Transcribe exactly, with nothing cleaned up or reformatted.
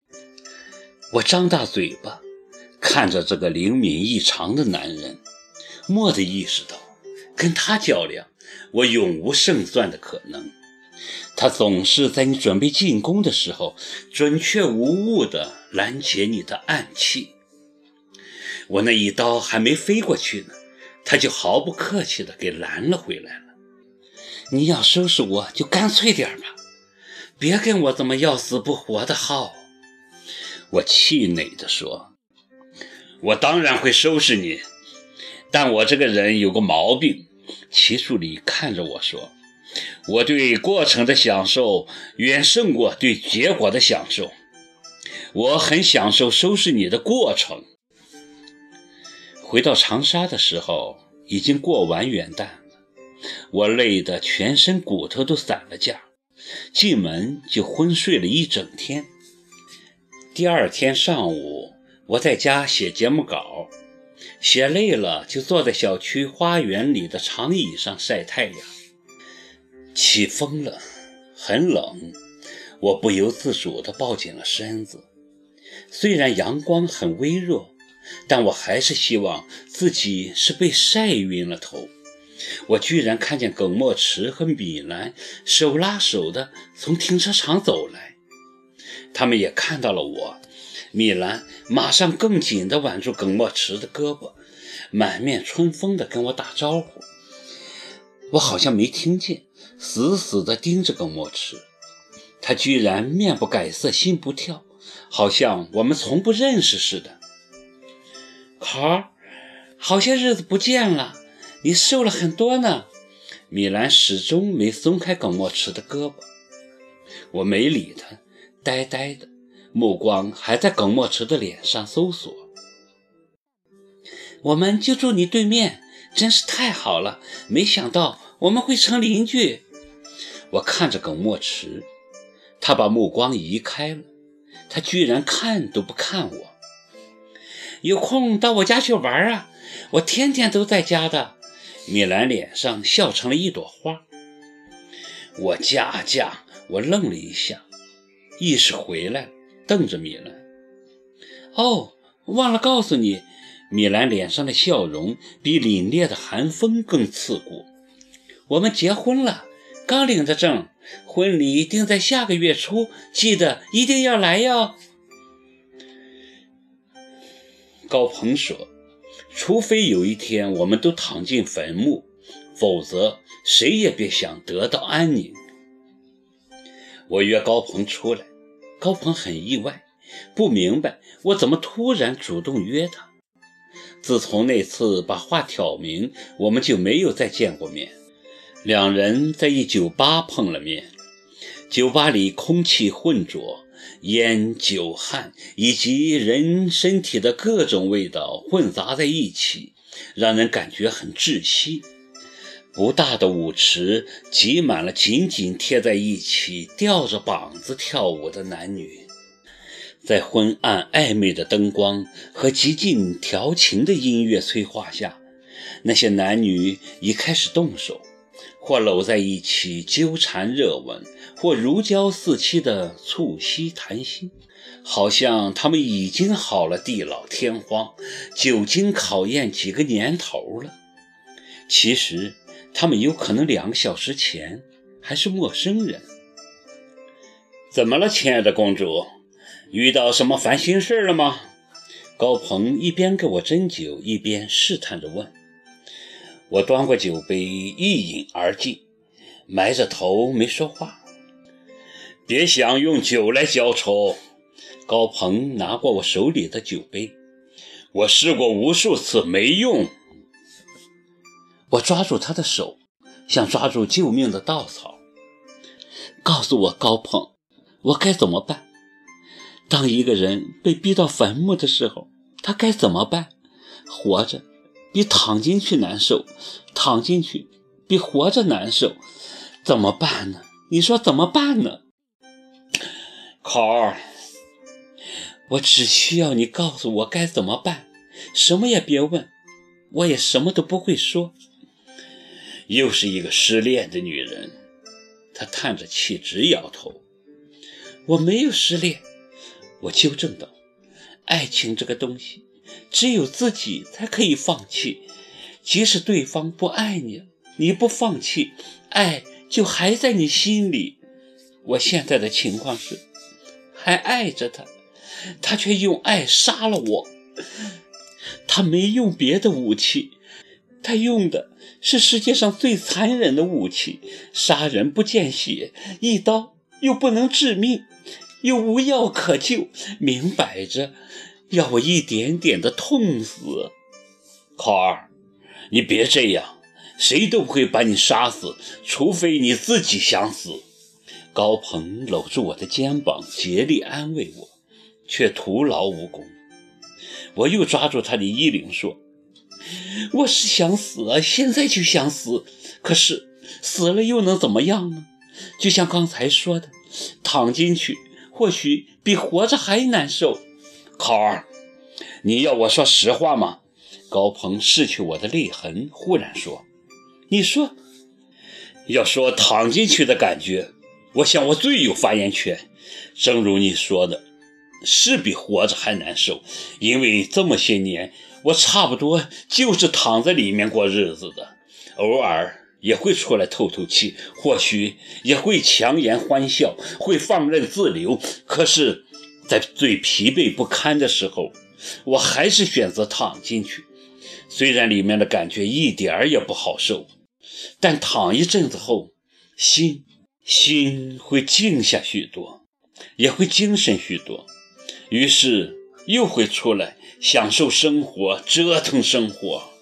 我张大嘴巴看着这个灵敏异常的男人，蓦地意识到跟他较量我永无胜算的可能。他总是在你准备进攻的时候准确无误地拦截你的暗器。我那一刀还没飞过去呢，他就毫不客气地给拦了回来了。你要收拾我就干脆点吧，别跟我这么要死不活的耗。我气馁地说，我当然会收拾你，但我这个人有个毛病。齐树礼看着我说，我对过程的享受远胜过对结果的享受，我很享受收拾你的过程。回到长沙的时候已经过完元旦了，我累得全身骨头都散了架，进门就昏睡了一整天。第二天上午我在家写节目稿，写累了就坐在小区花园里的长椅上晒太阳。起风了，很冷，我不由自主地抱紧了身子。虽然阳光很微弱，但我还是希望自己是被晒晕了头。我居然看见耿墨池和米兰手拉手的从停车场走来，他们也看到了我。米兰马上更紧地挽住耿墨池的胳膊，满面春风地跟我打招呼。我好像没听见，死死地盯着耿墨池，他居然面不改色心不跳，好像我们从不认识似的。考儿，好些日子不见了，你瘦了很多呢。米兰始终没松开耿墨池的胳膊。我没理他，呆呆的，目光还在耿墨池的脸上搜索。我们就住你对面，真是太好了，没想到我们会成邻居。我看着耿墨池，他把目光移开了，他居然看都不看我。有空到我家去玩啊，我天天都在家的。米兰脸上笑成了一朵花。我家家，我愣了一下，意识回来了，瞪着米兰。哦，忘了告诉你，米兰脸上的笑容比凛冽的寒风更刺骨。我们结婚了，刚领着证，婚礼定在下个月初，记得一定要来哟。高鹏说，除非有一天我们都躺进坟墓，否则谁也别想得到安宁。我约高鹏出来，高鹏很意外，不明白我怎么突然主动约他。自从那次把话挑明，我们就没有再见过面。两人在一酒吧碰了面，酒吧里空气混浊，烟酒汗以及人身体的各种味道混杂在一起，让人感觉很窒息。不大的舞池挤满了紧紧贴在一起吊着膀子跳舞的男女，在昏暗暧昧的灯光和极尽调情的音乐催化下，那些男女已开始动手，或搂在一起纠缠热吻，或如胶似漆的促膝谈心，好像他们已经好了地老天荒，久经考验几个年头了。其实他们有可能两个小时前还是陌生人。怎么了，亲爱的公主？遇到什么烦心事了吗？高鹏一边给我斟酒，一边试探着问。我端过酒杯，一饮而尽，埋着头没说话。别想用酒来浇愁。高鹏拿过我手里的酒杯，我试过无数次，没用。我抓住他的手，像抓住救命的稻草。告诉我，高鹏，我该怎么办？当一个人被逼到坟墓的时候，他该怎么办？活着比躺进去难受，躺进去比活着难受，怎么办呢？你说怎么办呢？考儿，我只需要你告诉我该怎么办，什么也别问，我也什么都不会说。又是一个失恋的女人，她叹着气直摇头。我没有失恋， 我纠正道，爱情这个东西，只有自己才可以放弃，即使对方不爱你，你不放弃，爱就还在你心里。我现在的情况是，还爱着他，他却用爱杀了我。他没用别的武器，他用的是世界上最残忍的武器，杀人不见血，一刀又不能致命，又无药可救，明摆着要我一点点的痛死。考儿，你别这样，谁都不会把你杀死，除非你自己想死。高鹏搂住我的肩膀，竭力安慰我，却徒劳无功。我又抓住他的衣领说，我是想死啊，现在就想死，可是死了又能怎么样呢？就像刚才说的，躺进去或许比活着还难受。考儿，你要我说实话吗？高鹏拭去我的泪痕，忽然说，你说。要说躺进去的感觉，我想我最有发言权。正如你说的，是比活着还难受，因为这么些年我差不多就是躺在里面过日子的，偶尔也会出来透透气，或许也会强颜欢笑，会放任自流，可是在最疲惫不堪的时候，我还是选择躺进去。虽然里面的感觉一点儿也不好受，但躺一阵子后，心心会静下许多，也会精神许多，于是又会出来享受生活，折腾生活。